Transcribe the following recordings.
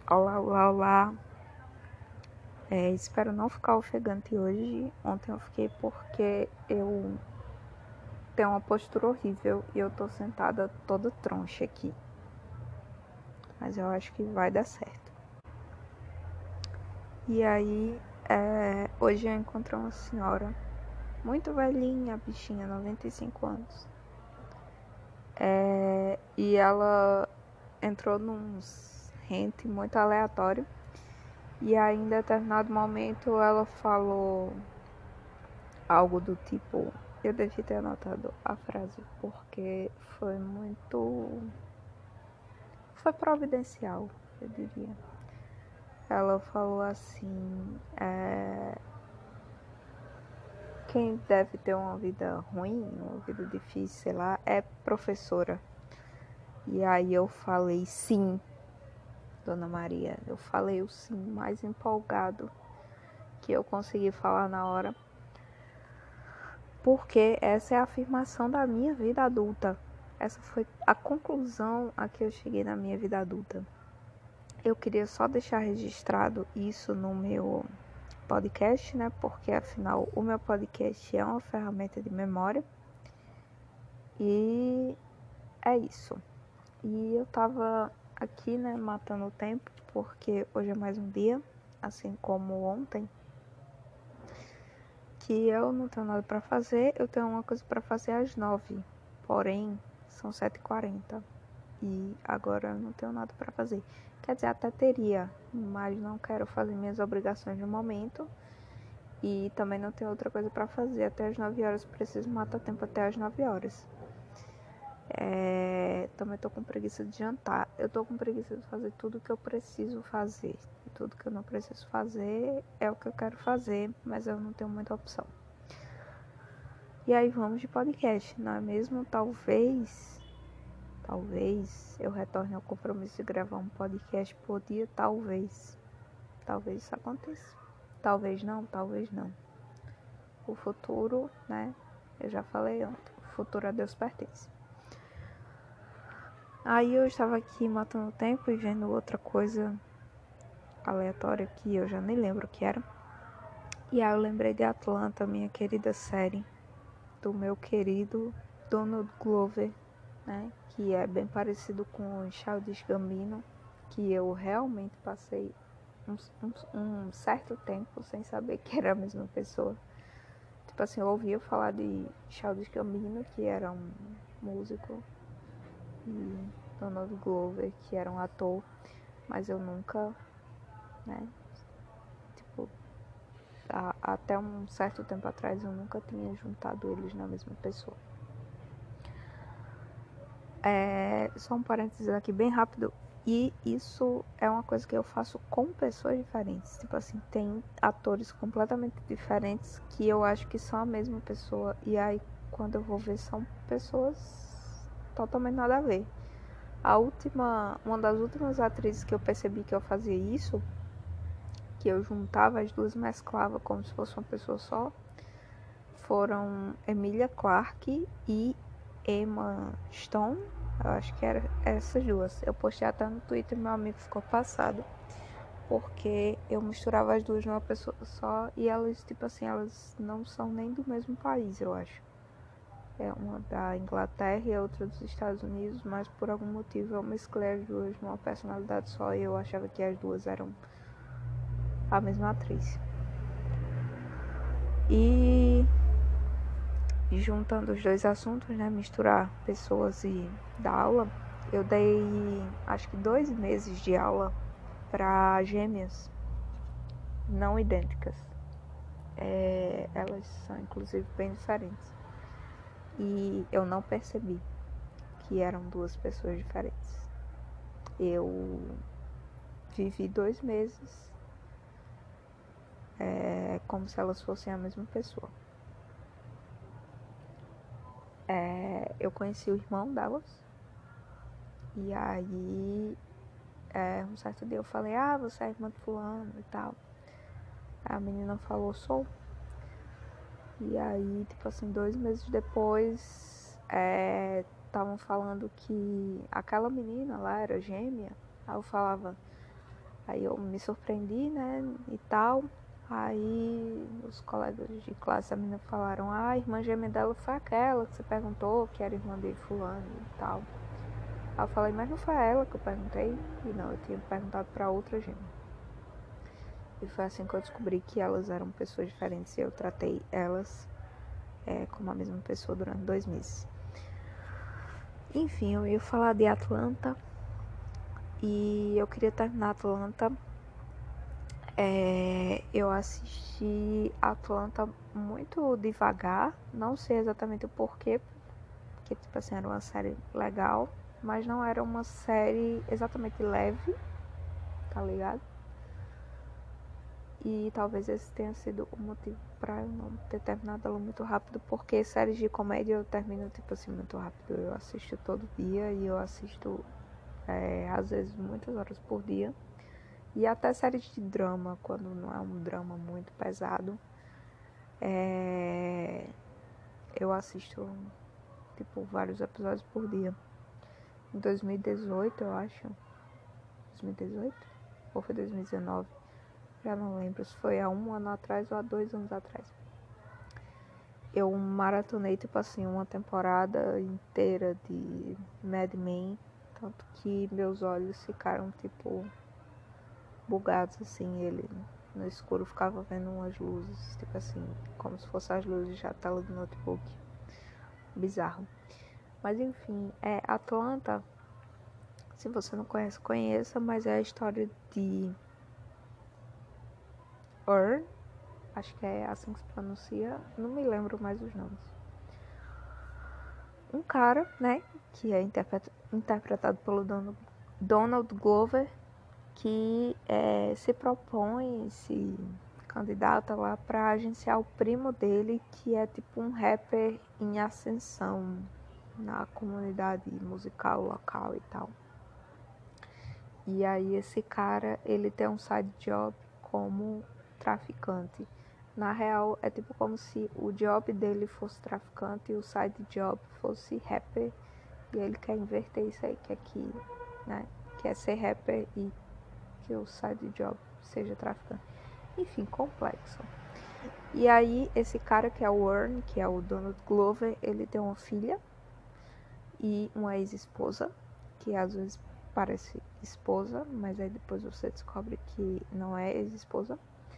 Olá, olá, olá. Espero não ficar ofegante hoje. Ontem eu fiquei porque eu tenho uma postura horrível e eu tô sentada toda troncha aqui. Mas eu acho que vai dar certo. E aí, hoje eu encontrei uma senhora muito velhinha, bichinha, 95 anos. E ela entrou num rente muito aleatório. E aí, em determinado momento, ela falou algo do tipo, eu devia ter anotado a frase porque foi providencial, eu diria. Ela falou assim, quem deve ter uma vida ruim, uma vida difícil, sei lá, é professora. E aí eu falei sim, Dona Maria. Eu falei o sim mais empolgado que eu consegui falar na hora. Porque essa é a afirmação da minha vida adulta. Essa foi a conclusão a que eu cheguei na minha vida adulta. Eu queria só deixar registrado isso no meu podcast, né? Porque afinal o meu podcast é uma ferramenta de memória. E é isso. E eu tava aqui, né, matando o tempo, porque hoje é mais um dia, assim como ontem, que eu não tenho nada pra fazer. Eu tenho uma coisa pra fazer às 9, porém são 7h40 e agora eu não tenho nada pra fazer. Quer dizer, até teria, mas não quero fazer minhas obrigações no momento e também não tenho outra coisa pra fazer até as 9 horas. Preciso matar tempo até as 9 horas. Também tô com preguiça de jantar. Eu tô com preguiça de fazer tudo que eu preciso fazer. E tudo que eu não preciso fazer é o que eu quero fazer, mas eu não tenho muita opção. E aí vamos de podcast, não é mesmo? Talvez eu retorne ao compromisso de gravar um podcast por dia, talvez. Talvez isso aconteça. Talvez não, talvez não. O futuro, né? Eu já falei ontem, o futuro a Deus pertence. Aí eu estava aqui matando o tempo e vendo outra coisa aleatória que eu já nem lembro o que era. E aí eu lembrei de Atlanta, minha querida série, do meu querido Donald Glover, né? Que é bem parecido com o Childish Gambino, que eu realmente passei um certo tempo sem saber que era a mesma pessoa. Tipo assim, eu ouvia falar de Childish Gambino, que era um músico, e Donald Glover, que era um ator, mas eu nunca, né, tipo, até um certo tempo atrás eu nunca tinha juntado eles na mesma pessoa. Só um parênteses aqui bem rápido. E isso é uma coisa que eu faço com pessoas diferentes. Tipo assim, tem atores completamente diferentes que eu acho que são a mesma pessoa. E aí, quando eu vou ver, são pessoas totalmente nada a ver. Uma das últimas atrizes que eu percebi que eu fazia isso, que eu juntava as duas, mesclava como se fosse uma pessoa só, foram Emilia Clarke e Emma Stone. Eu acho que era essas duas. Eu postei até no Twitter e meu amigo ficou passado. Porque eu misturava as duas numa pessoa só e elas, tipo assim, elas não são nem do mesmo país, eu acho. É uma da Inglaterra e a outra dos Estados Unidos, mas por algum motivo eu mesclei as duas numa personalidade só e eu achava que as duas eram a mesma atriz. E juntando os dois assuntos, né, misturar pessoas e dar aula, eu dei acho que 2 meses de aula para gêmeas não idênticas. Elas são inclusive bem diferentes. E eu não percebi que eram duas pessoas diferentes. Eu vivi 2 meses como se elas fossem a mesma pessoa. Eu conheci o irmão delas. E aí, um certo dia eu falei, você é irmã de fulano e tal. A menina falou, sou. E aí, tipo assim, 2 meses depois, estavam falando que aquela menina lá era gêmea. Aí eu falava, Aí eu me surpreendi, né, e tal. Aí os colegas de classe da menina falaram: ah, a irmã gêmea dela foi aquela que você perguntou, que era irmã de fulano e tal. Aí eu falei: mas não foi ela que eu perguntei? E não, eu tinha perguntado pra outra gêmea. E foi assim que eu descobri que elas eram pessoas diferentes e eu tratei elas como a mesma pessoa durante 2 meses. Enfim, eu ia falar de Atlanta e eu queria terminar Atlanta. Eu assisti Atlanta muito devagar, não sei exatamente o porquê, porque tipo assim, era uma série legal, mas não era uma série exatamente leve, tá ligado? E talvez esse tenha sido o motivo pra eu não ter terminado ela muito rápido, porque séries de comédia eu termino tipo assim muito rápido. Eu assisto todo dia e eu assisto às vezes muitas horas por dia. E até séries de drama, quando não é um drama muito pesado, eu assisto tipo vários episódios por dia. Em 2018, eu acho. 2018? Ou foi 2019? Já não lembro se foi há 1 ano atrás ou há 2 anos atrás. Eu maratonei, tipo assim, uma temporada inteira de Mad Men. Tanto que meus olhos ficaram, tipo, bugados, assim. Ele no escuro ficava vendo umas luzes, tipo assim, como se fossem as luzes da tela do notebook. Bizarro. Mas enfim, Atlanta, se você não conhece, conheça, mas é a história de Earn, acho que é assim que se pronuncia, não me lembro mais os nomes. Um cara, né, que é interpretado pelo Donald Glover, que se propõe, se candidata lá para agenciar o primo dele, que é tipo um rapper em ascensão na comunidade musical local e tal. E aí esse cara, ele tem um side job como traficante. Na real, é tipo como se o job dele fosse traficante e o side job fosse rapper. E ele quer inverter isso aí, né, quer ser rapper e que o side job seja traficante. Enfim, complexo. E aí, esse cara que é o Earn, que é o Donald Glover, ele tem uma filha e uma ex-esposa, que às vezes parece esposa, mas aí depois você descobre que não é ex-esposa.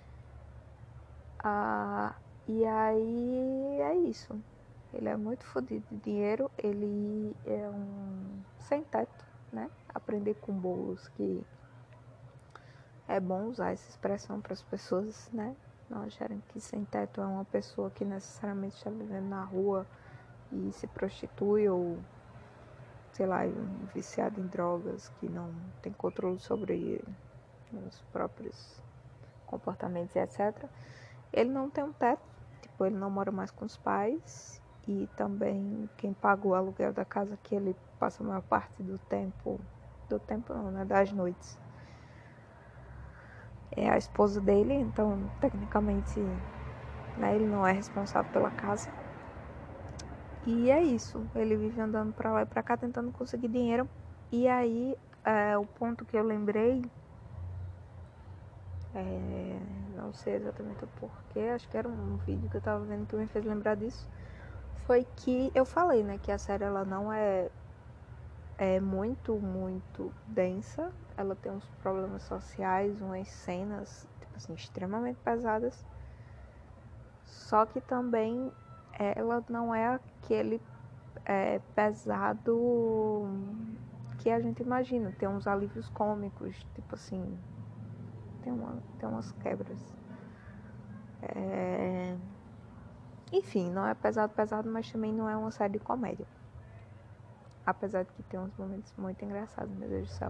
E aí é isso. Ele é muito fodido de dinheiro, ele é um sem teto, né? Aprender com bolos, que é bom usar essa expressão para as pessoas, né? Não acharem que sem teto é uma pessoa que necessariamente está vivendo na rua e se prostitui ou, sei lá, viciado em drogas, que não tem controle sobre os próprios comportamentos e etc. Ele não tem um teto, tipo, ele não mora mais com os pais e também quem paga o aluguel da casa que ele passa a maior parte do tempo não, né, das noites, é a esposa dele, então tecnicamente, né, ele não é responsável pela casa. E é isso, ele vive andando pra lá e pra cá tentando conseguir dinheiro. E aí, o ponto que eu lembrei, não sei exatamente o porquê, acho que era um vídeo que eu tava vendo que me fez lembrar disso, foi que eu falei, né, que a série ela não é muito densa, ela tem uns problemas sociais, umas cenas, tipo assim, extremamente pesadas, só que também ela não é aquele pesado que a gente imagina. Tem uns alívios cômicos, tipo assim, tem umas quebras. Enfim, não é pesado, mas também não é uma série de comédia. Apesar de que tem uns momentos muito engraçados, meu Deus do céu.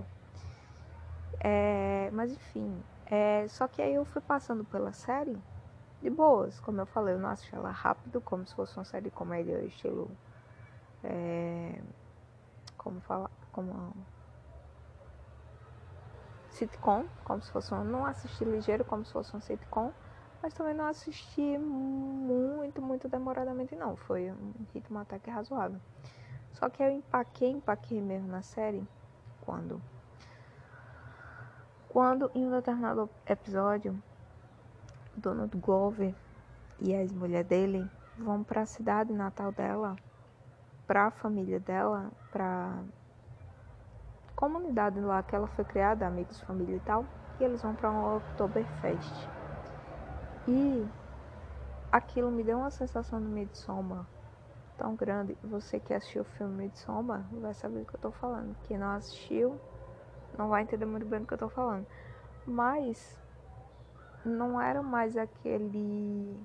Mas enfim, só que aí eu fui passando pela série de boas. Como eu falei, eu não assisti ela rápido, como se fosse uma série de comédia estilo... como falar? Como sitcom, como se fosse não assisti ligeiro, como se fosse um sitcom, mas também não assisti muito demoradamente não, foi um ritmo até que razoável. Só que eu empaquei mesmo na série quando Quando em um determinado episódio, Donald Glover e a ex-mulher dele vão para a cidade natal dela, para a família dela, para comunidade lá que ela foi criada, amigos, família e tal, e eles vão para um Oktoberfest. E aquilo me deu uma sensação de Midsommar tão grande. Você que assistiu o filme Midsommar vai saber do que eu tô falando. Quem não assistiu não vai entender muito bem do que eu tô falando. Mas não era mais aquele,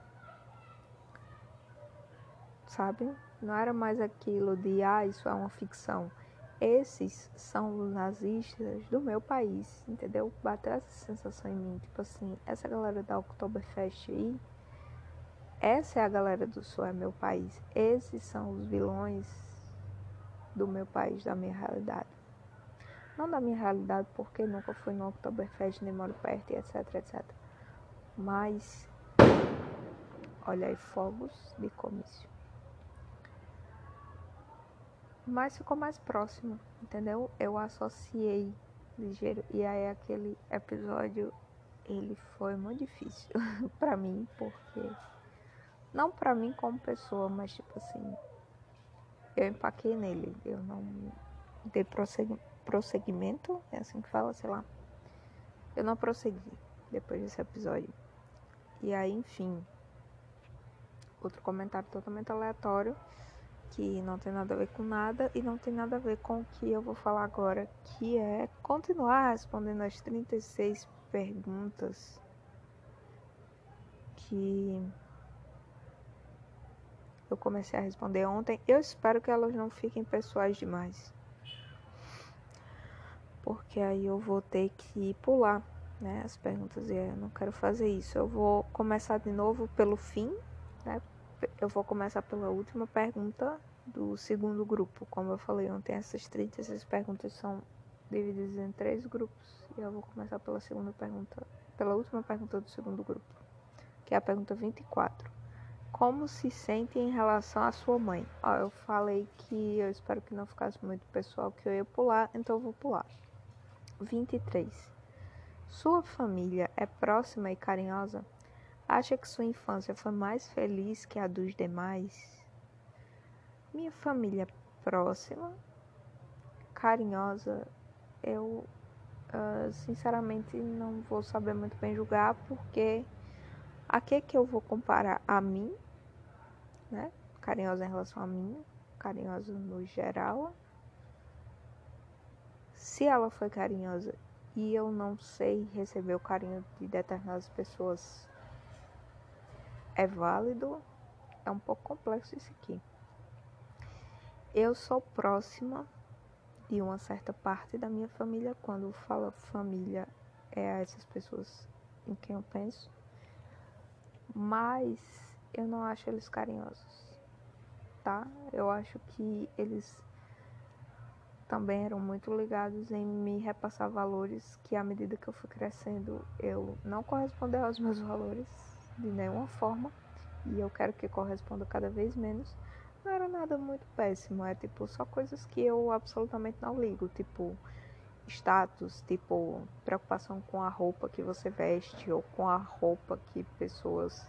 sabe? Não era mais aquilo de, isso é uma ficção. Esses são os nazistas do meu país, entendeu? Bateu essa sensação em mim, tipo assim, essa galera da Oktoberfest aí, essa é a galera do Sul, é meu país. Esses são os vilões do meu país, da minha realidade. Não da minha realidade, porque nunca fui no Oktoberfest, nem moro perto, e etc, etc. Mas, olha aí, fogos de comício. Mas ficou mais próximo, entendeu? Eu associei ligeiro. E aí aquele episódio, ele foi muito difícil pra mim, porque... Não pra mim como pessoa, mas tipo assim... Eu empaquei nele. Eu não dei prosseguimento, é assim que fala, sei lá. Eu não prossegui depois desse episódio. E aí, enfim... Outro comentário totalmente aleatório, que não tem nada a ver com nada e não tem nada a ver com o que eu vou falar agora, que é continuar respondendo as 36 perguntas que eu comecei a responder ontem. Eu espero que elas não fiquem pessoais demais, porque aí eu vou ter que pular, né, as perguntas, e eu não quero fazer isso. Eu vou começar de novo pelo fim, né? Eu vou começar pela última pergunta do segundo grupo. Como eu falei ontem, essas 36 perguntas são divididas em 3 grupos. E eu vou começar pela segunda pergunta, pela última pergunta do segundo grupo, que é a pergunta 24. Como se sente em relação à sua mãe? Eu falei que eu espero que não ficasse muito pessoal, que eu ia pular, então eu vou pular. 23. Sua família é próxima e carinhosa? Acha que sua infância foi mais feliz que a dos demais? Minha família próxima, carinhosa, eu sinceramente não vou saber muito bem julgar, porque a que eu vou comparar a mim, né? Carinhosa em relação a mim, carinhosa no geral. Se ela foi carinhosa e eu não sei receber o carinho de determinadas pessoas, é válido? É um pouco complexo isso aqui. Eu sou próxima de uma certa parte da minha família. Quando falo família, é a essas pessoas em quem eu penso, mas eu não acho eles carinhosos, tá? Eu acho que eles também eram muito ligados em me repassar valores que, à medida que eu fui crescendo, eu não correspondi aos meus valores de nenhuma forma, e eu quero que corresponda cada vez menos. Não era nada muito péssimo, é tipo só coisas que eu absolutamente não ligo, tipo status, tipo preocupação com a roupa que você veste ou com a roupa que pessoas...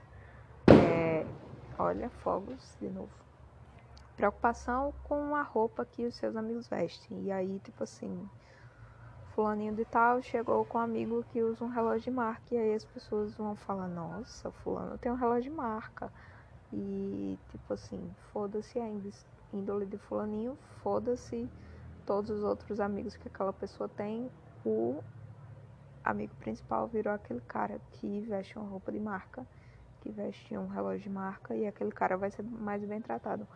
Olha, fogos de novo. Preocupação com a roupa que os seus amigos vestem. E aí, tipo assim, fulaninho de tal chegou com um amigo que usa um relógio de marca. E aí as pessoas vão falar, nossa, fulano tem um relógio de marca. E tipo assim, foda-se a índole de fulaninho, foda-se todos os outros amigos que aquela pessoa tem. O amigo principal virou aquele cara que veste uma roupa de marca, que veste um relógio de marca, e aquele cara vai ser mais bem tratado.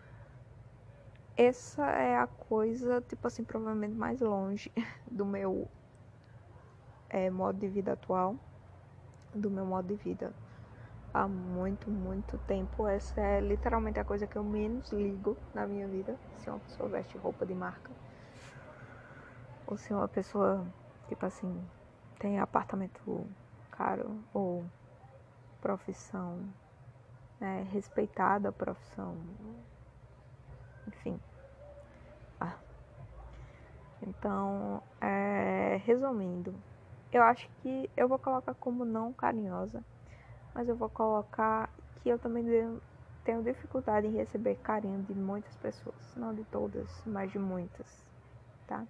Essa é a coisa, tipo assim, provavelmente mais longe do meu modo de vida atual, do meu modo de vida há muito, muito tempo. Essa é literalmente a coisa que eu menos ligo na minha vida, se uma pessoa veste roupa de marca, ou se uma pessoa, tipo assim, tem apartamento caro, ou profissão, né, respeitada a profissão, enfim. Então, resumindo, Eu acho que eu vou colocar como não carinhosa, mas eu vou colocar que eu também tenho dificuldade em receber carinho de muitas pessoas. Não de todas, mas de muitas, tá?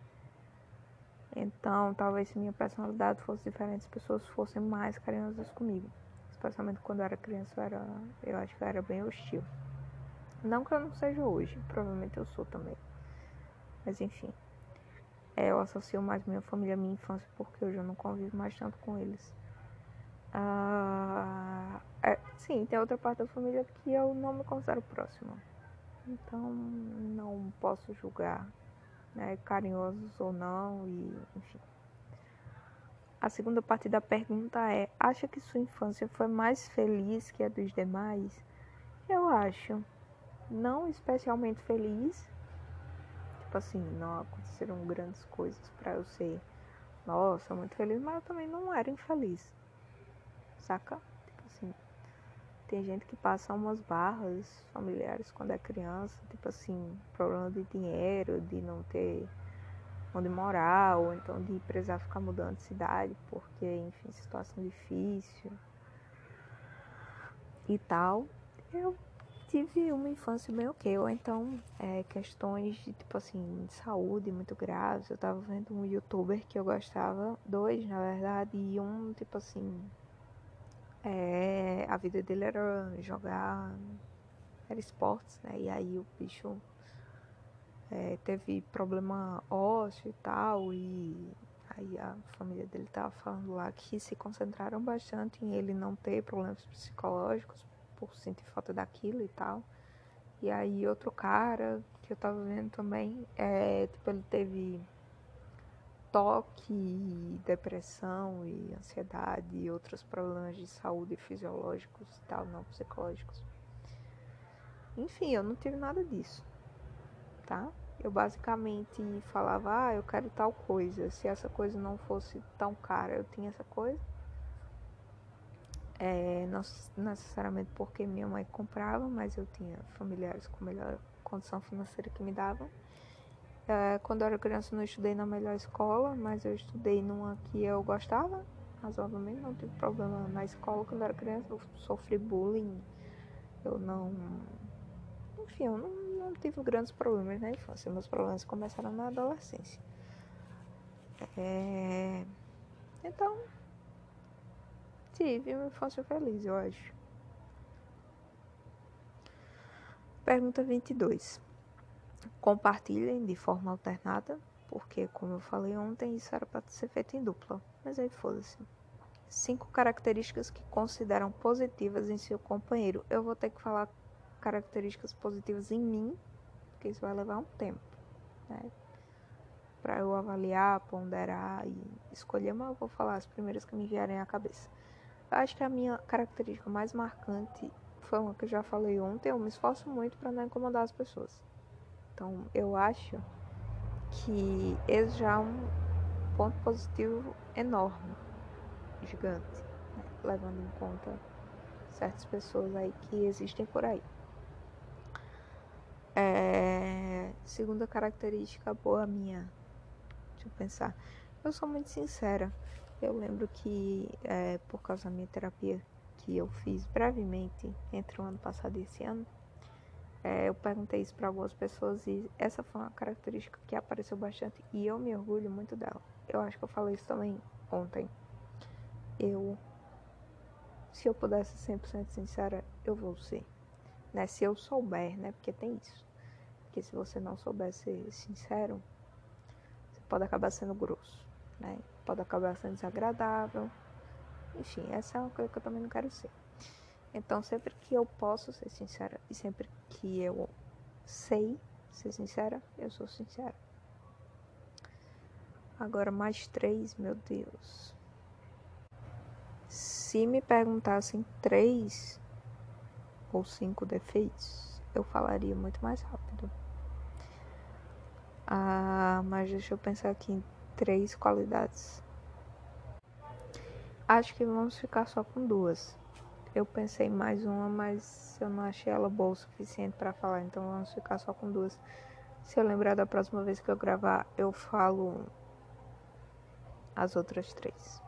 Então, talvez se minha personalidade fosse diferente, as pessoas fossem mais carinhosas comigo. Especialmente quando eu era criança, eu acho que eu era bem hostil. Não que eu não seja hoje, provavelmente eu sou também. Mas enfim, eu associo mais minha família à minha infância porque hoje eu não convivo mais tanto com eles. Sim, tem outra parte da família que eu não me considero próxima. Então, não posso julgar, né, carinhosos ou não, e enfim. A segunda parte da pergunta é: acha que sua infância foi mais feliz que a dos demais? Eu acho. Não especialmente feliz. Tipo assim, não aconteceram grandes coisas pra eu ser, nossa, muito feliz, mas eu também não era infeliz. Saca? Tipo assim, tem gente que passa umas barras familiares quando é criança, tipo assim, problema de dinheiro, de não ter onde morar, ou então de precisar ficar mudando de cidade, porque, enfim, situação difícil e tal. Eu tive uma infância bem ok, ou então questões de, tipo assim, de saúde muito graves. Eu tava vendo um youtuber que eu gostava, dois, na verdade, e um, tipo assim, a vida dele era jogar, era esportes, né, e aí o bicho teve problema ósseo e tal, e aí a família dele tava falando lá que se concentraram bastante em ele não ter problemas psicológicos por sentir falta daquilo e tal. E aí outro cara que eu tava vendo também, tipo, ele teve toque, depressão e ansiedade e outros problemas de saúde fisiológicos e tal, não psicológicos. Enfim, eu não tive nada disso, tá? Eu basicamente falava, eu quero tal coisa. Se essa coisa não fosse tão cara, eu tinha essa coisa. Não necessariamente porque minha mãe comprava, mas eu tinha familiares com melhor condição financeira que me davam. Quando eu era criança eu não estudei na melhor escola, mas eu estudei numa que eu gostava, razoavelmente, não tive problema na escola quando eu era criança, eu sofri bullying, eu não... Enfim, eu não tive grandes problemas na infância, meus problemas começaram na adolescência. Então, tive uma infância feliz, eu acho. Pergunta 22. Compartilhem de forma alternada, porque, como eu falei ontem, isso era para ser feito em dupla. Mas aí foda-se. 5 características que consideram positivas em seu companheiro. Eu vou ter que falar características positivas em mim, porque isso vai levar um tempo, né? Para eu avaliar, ponderar e escolher, mas eu vou falar as primeiras que me vierem à cabeça. Eu acho que a minha característica mais marcante foi uma que eu já falei ontem. Eu me esforço muito para não incomodar as pessoas. Então, eu acho que esse já é um ponto positivo enorme, gigante, né? Levando em conta certas pessoas aí que existem por aí. Segunda característica boa minha, deixa eu pensar. Eu sou muito sincera. Eu lembro que por causa da minha terapia que eu fiz brevemente entre o ano passado e esse ano, eu perguntei isso para algumas pessoas e essa foi uma característica que apareceu bastante e eu me orgulho muito dela. Eu acho que eu falei isso também ontem. Se eu pudesse ser 100% sincera, eu vou ser. Né? Se eu souber, né? Porque tem isso. Porque se você não souber ser sincero, você pode acabar sendo grosso, né? Pode acabar sendo desagradável. Enfim, essa é uma coisa que eu também não quero ser. Então, sempre que eu posso ser sincera e sempre que eu sei ser sincera, eu sou sincera. Agora, mais 3, meu Deus. Se me perguntassem 3 ou 5 defeitos, eu falaria muito mais rápido. Mas deixa eu pensar aqui em 3 qualidades. Acho que vamos ficar só com 2. Eu pensei em mais uma, mas eu não achei ela boa o suficiente para falar, então vamos ficar só com 2. Se eu lembrar da próxima vez que eu gravar, eu falo as outras três.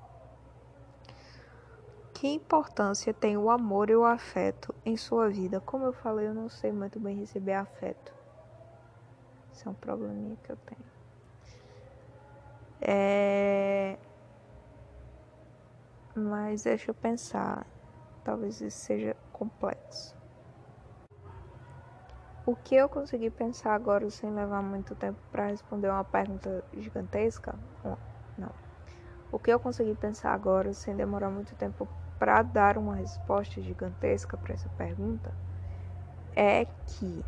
Que importância tem o amor e o afeto em sua vida? Como eu falei, eu não sei muito bem receber afeto. Isso é um probleminha que eu tenho. Mas deixa eu pensar. Talvez isso seja complexo. O que eu consegui pensar agora sem levar muito tempo para responder uma pergunta gigantesca? Não. O que eu consegui pensar agora sem demorar muito tempo para dar uma resposta gigantesca para essa pergunta é que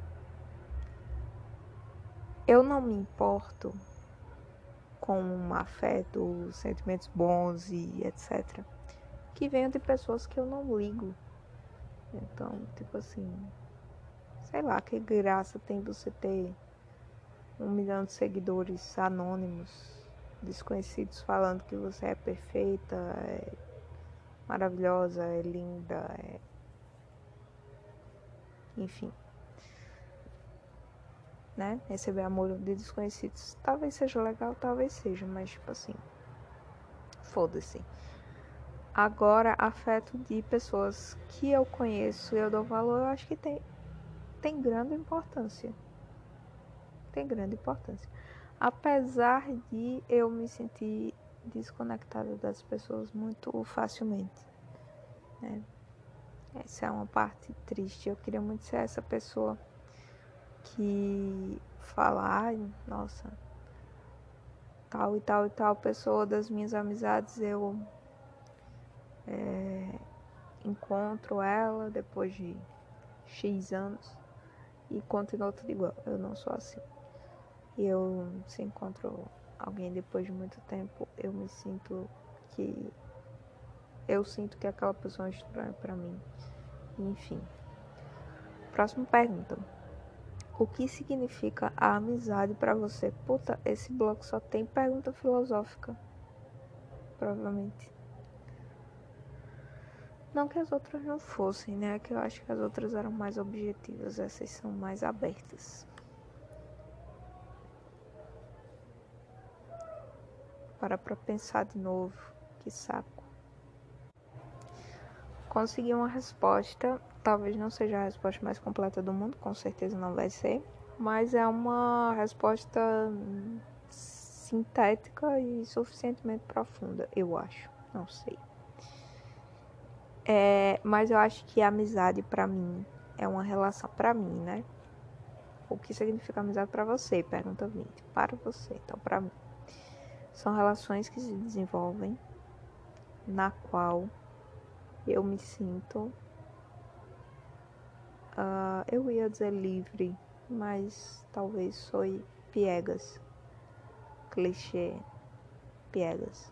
eu não me importo com um afeto, sentimentos bons e etc. que venham de pessoas que eu não ligo. Então, tipo assim, sei lá, que graça tem você ter 1 milhão de seguidores anônimos, desconhecidos, falando que você é perfeita, é maravilhosa, é linda, enfim, né? Receber amor de desconhecidos talvez seja legal, talvez seja, mas tipo assim, foda-se. Agora, afeto de pessoas que eu conheço e eu dou valor, eu acho que tem grande importância. Tem grande importância. Apesar de eu me sentir desconectada das pessoas muito facilmente, né? Essa é uma parte triste. Eu queria muito ser essa pessoa que fala, ai, nossa, tal e tal e tal pessoa das minhas amizades, eu encontro ela depois de X anos e continuo tudo igual. Eu não sou assim. Eu, se encontro alguém depois de muito tempo, eu sinto que aquela pessoa é estranha pra mim. Enfim. Próxima pergunta. O que significa a amizade pra você? Puta, esse bloco só tem pergunta filosófica. Provavelmente. Não que as outras não fossem, né? Que eu acho que as outras eram mais objetivas. Essas são mais abertas. Para pra pensar de novo. Que saco. Consegui uma resposta. Talvez não seja a resposta mais completa do mundo. Com certeza não vai ser. Mas é uma resposta sintética e suficientemente profunda, eu acho. Não sei. Mas eu acho que a amizade pra mim é uma relação pra mim, né? O que significa amizade pra você? Pergunta 20. Para você, então pra mim. São relações que se desenvolvem na qual eu me sinto, eu ia dizer livre, mas talvez soe piegas. Clichê, piegas.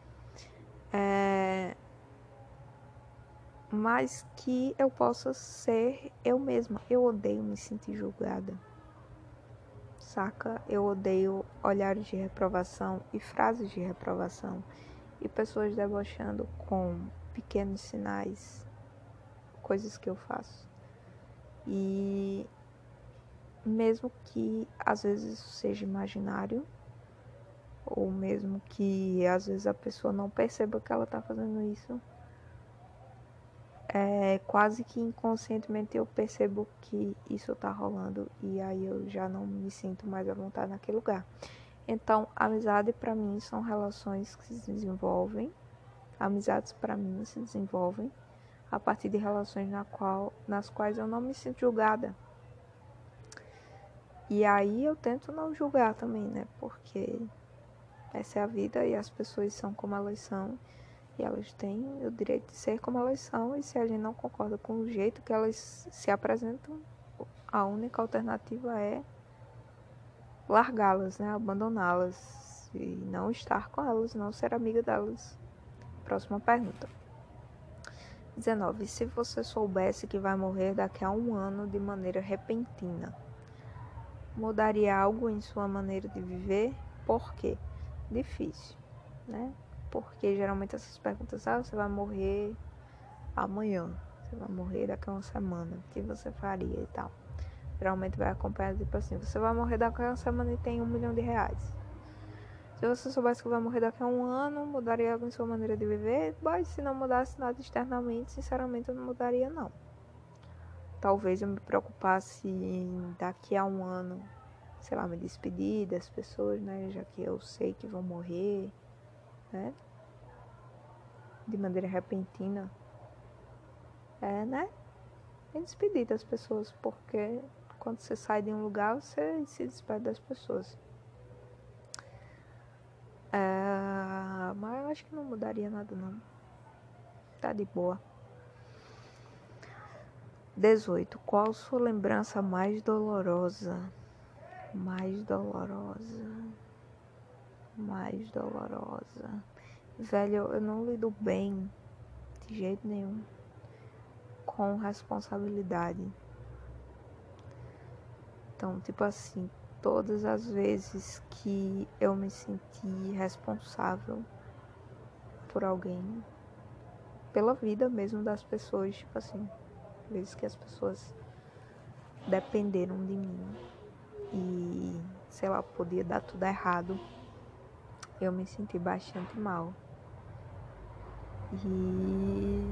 Mas que eu possa ser eu mesma. Eu odeio me sentir julgada, saca? Eu odeio olhares de reprovação e frases de reprovação e pessoas debochando com pequenos sinais, coisas que eu faço. E mesmo que às vezes isso seja imaginário, ou mesmo que às vezes a pessoa não perceba que ela tá fazendo isso, quase que inconscientemente eu percebo que isso tá rolando e aí eu já não me sinto mais à vontade naquele lugar. Então, amizade pra mim são relações que se desenvolvem, amizades pra mim se desenvolvem a partir de relações nas quais eu não me sinto julgada. E aí eu tento não julgar também, né? Porque essa é a vida e as pessoas são como elas são. E elas têm o direito de ser como elas são. E se a gente não concorda com o jeito que elas se apresentam, a única alternativa é largá-las, né? Abandoná-las. E não estar com elas, não ser amiga delas. Próxima pergunta. 19. Se você soubesse que vai morrer daqui a 1 ano de maneira repentina, mudaria algo em sua maneira de viver? Por quê? Difícil, né? Porque geralmente essas perguntas, você vai morrer amanhã, você vai morrer daqui a 1 semana, o que você faria e tal. Geralmente vai acompanhar tipo assim, você vai morrer daqui a 1 semana e tem R$1 milhão. Se você soubesse que vai morrer daqui a um ano, mudaria algo em sua maneira de viver? Mas se não mudasse nada externamente, sinceramente eu não mudaria não. Talvez eu me preocupasse em daqui a um ano, sei lá, me despedir das pessoas, né? Já que eu sei que vão morrer, né? De maneira repentina. Né? Me despedir das pessoas, porque quando você sai de um lugar, você se despede das pessoas. Mas eu acho que não mudaria nada não. Tá de boa. 18. Qual sua lembrança mais dolorosa? Mais dolorosa. Velho, eu não lido bem, de jeito nenhum, com responsabilidade. Então, tipo assim, todas as vezes que eu me senti responsável por alguém, pela vida mesmo das pessoas, tipo assim, vezes que as pessoas dependeram de mim e, sei lá, podia dar tudo errado, eu me senti bastante mal. E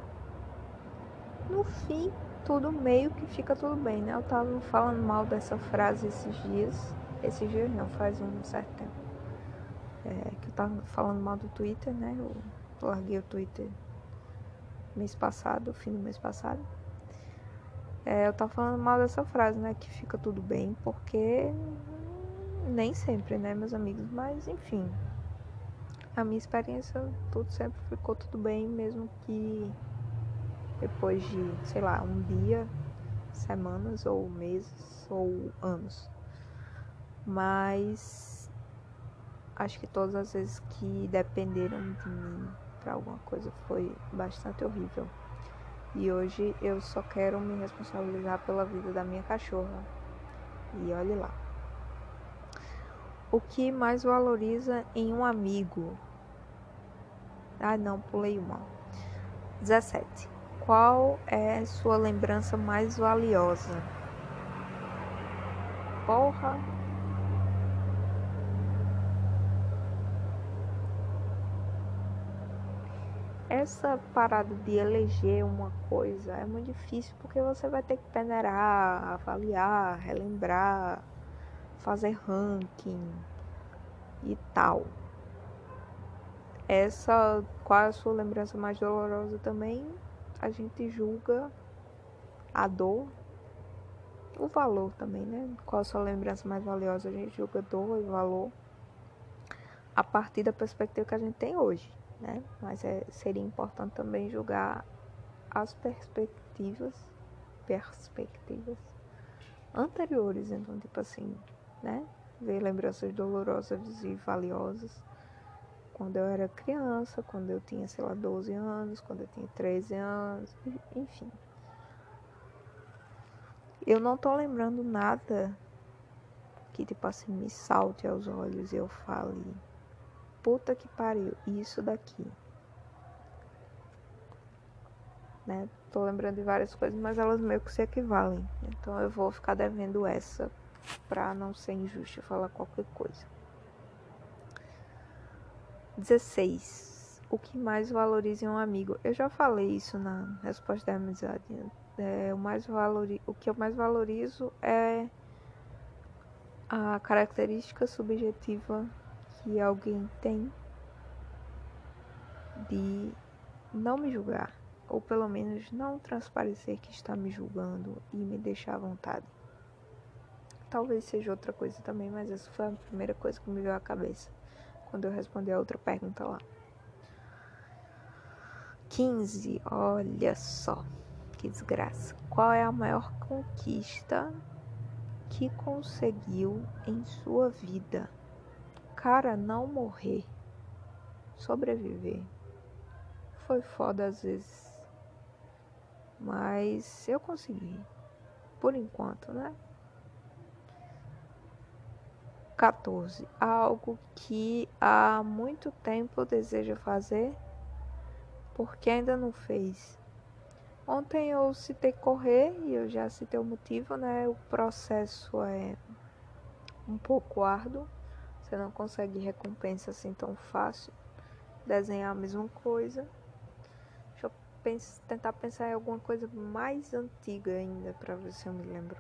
no fim, tudo meio que fica tudo bem, né? Eu tava falando mal dessa frase esses dias não, faz um certo tempo, que eu tava falando mal do Twitter, né? Eu larguei o Twitter mês passado, fim do mês passado. Eu tava falando mal dessa frase, né? Que fica tudo bem, porque nem sempre, né, meus amigos? Mas, enfim, a minha experiência, tudo sempre ficou tudo bem, mesmo que depois de, sei lá, um dia, semanas ou meses ou anos. Mas acho que todas as vezes que dependeram de mim para alguma coisa foi bastante horrível. E hoje eu só quero me responsabilizar pela vida da minha cachorra. E olhe lá. O que mais valoriza em um amigo? Não, pulei uma. 17. Qual é sua lembrança mais valiosa? Porra! Essa parada de eleger uma coisa é muito difícil porque você vai ter que peneirar, avaliar, relembrar, fazer ranking e tal. Qual é a sua lembrança mais dolorosa também? A gente julga a dor, o valor também, né? Qual a sua lembrança mais valiosa? A gente julga dor e valor a partir da perspectiva que a gente tem hoje, né? Mas seria importante também julgar as perspectivas anteriores, então, tipo assim, né? Ver lembranças dolorosas e valiosas quando eu era criança, quando eu tinha, sei lá, 12 anos, quando eu tinha 13 anos, enfim. Eu não tô lembrando nada que, tipo assim, me salte aos olhos e eu fale, puta que pariu, isso daqui. Né? Tô lembrando de várias coisas, mas elas meio que se equivalem. Então eu vou ficar devendo essa pra não ser injusto falar qualquer coisa. 16. O que mais valoriza em um amigo? Eu já falei isso na resposta da amizade. O que eu mais valorizo é a característica subjetiva que alguém tem de não me julgar, ou pelo menos não transparecer que está me julgando e me deixar à vontade. Talvez seja outra coisa também, mas essa foi a primeira coisa que me veio à cabeça quando eu respondi a outra pergunta lá. 15. Olha só, que desgraça. Qual é a maior conquista que conseguiu em sua vida? Cara, não morrer. Sobreviver. Foi foda às vezes. Mas eu consegui. Por enquanto, né? 14. Algo que há muito tempo deseja fazer, porque ainda não fez. Ontem eu citei correr e eu já citei o motivo, né? O processo é um pouco árduo. Você não consegue recompensa assim tão fácil. Desenhar a mesma coisa. Deixa eu tentar pensar em alguma coisa mais antiga ainda pra ver se eu me lembro.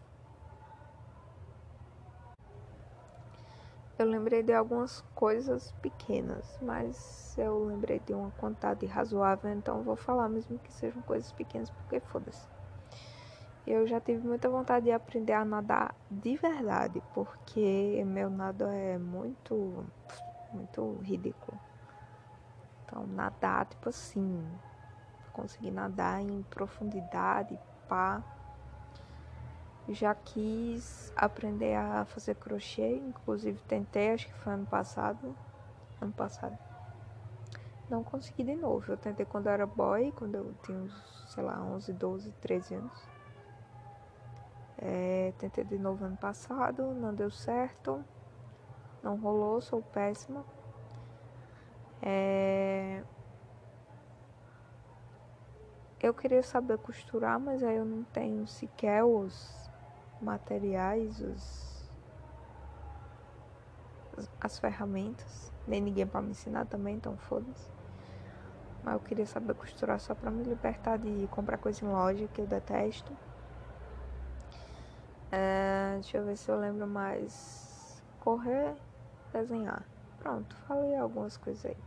Eu lembrei de algumas coisas pequenas, mas eu lembrei de uma quantidade razoável, então vou falar mesmo que sejam coisas pequenas, porque foda-se. Eu já tive muita vontade de aprender a nadar de verdade, porque meu nado é muito ridículo. Então, nadar, tipo assim, conseguir nadar em profundidade, pá. Já quis aprender a fazer crochê, inclusive tentei, acho que foi ano passado. Não consegui de novo. Eu tentei quando eu era boy, quando eu tinha uns, sei lá, 11, 12, 13 anos. Tentei de novo ano passado, não deu certo. Não rolou, sou péssima. Eu queria saber costurar, mas aí eu não tenho sequer os materiais, as ferramentas. Nem ninguém pra me ensinar também, então foda-se. Mas eu queria saber costurar só pra me libertar de comprar coisa em loja, que eu detesto. Deixa eu ver se eu lembro mais. Correr, desenhar. Pronto, falei algumas coisas aí.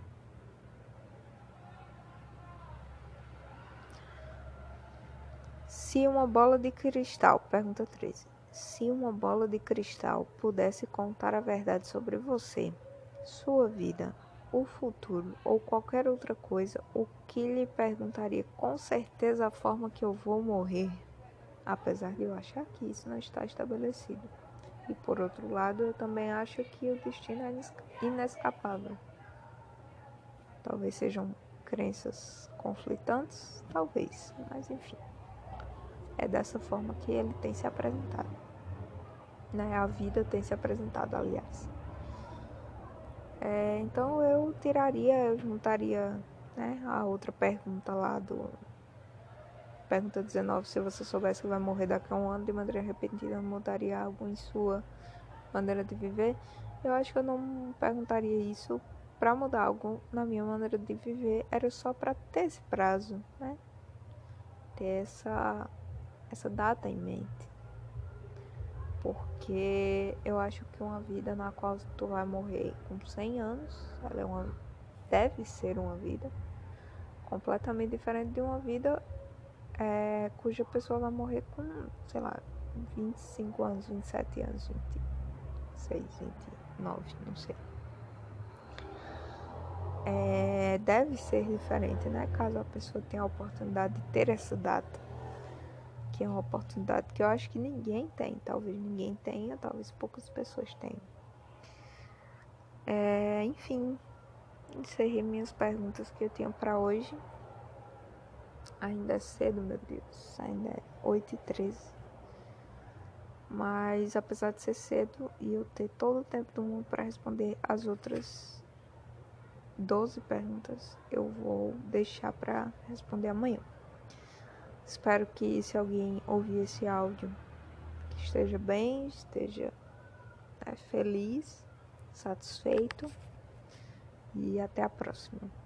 Se uma bola de cristal, pergunta 13. Se uma bola de cristal pudesse contar a verdade sobre você, sua vida, o futuro ou qualquer outra coisa, o que lhe perguntaria? Com certeza a forma que eu vou morrer, apesar de eu achar que isso não está estabelecido. E por outro lado, eu também acho que o destino é inescapável. Talvez sejam crenças conflitantes, talvez, mas enfim. É dessa forma que ele tem se apresentado. Né? A vida tem se apresentado, aliás. Então eu juntaria, né, a outra pergunta lá do... Pergunta 19, se você soubesse que vai morrer daqui a um ano de maneira repentina, mudaria algo em sua maneira de viver? Eu acho que eu não perguntaria isso para mudar algo na minha maneira de viver, era só para ter esse prazo, né? Ter essa data em mente. Porque eu acho que uma vida na qual tu vai morrer com 100 anos, deve ser uma vida completamente diferente de uma vida cuja pessoa vai morrer com, sei lá, 25 anos, 27 anos, 26, 29, não sei. Deve ser diferente, né? Caso a pessoa tenha a oportunidade de ter essa data, que é uma oportunidade que eu acho que ninguém tem. Talvez ninguém tenha, talvez poucas pessoas tenham. Enfim, encerrei minhas perguntas que eu tinha para hoje. Ainda é cedo, meu Deus, ainda é 8h13. Mas apesar de ser cedo e eu ter todo o tempo do mundo para responder as outras 12 perguntas, eu vou deixar para responder amanhã. Espero que, se alguém ouvir esse áudio, que esteja bem, esteja feliz, satisfeito, e até a próxima.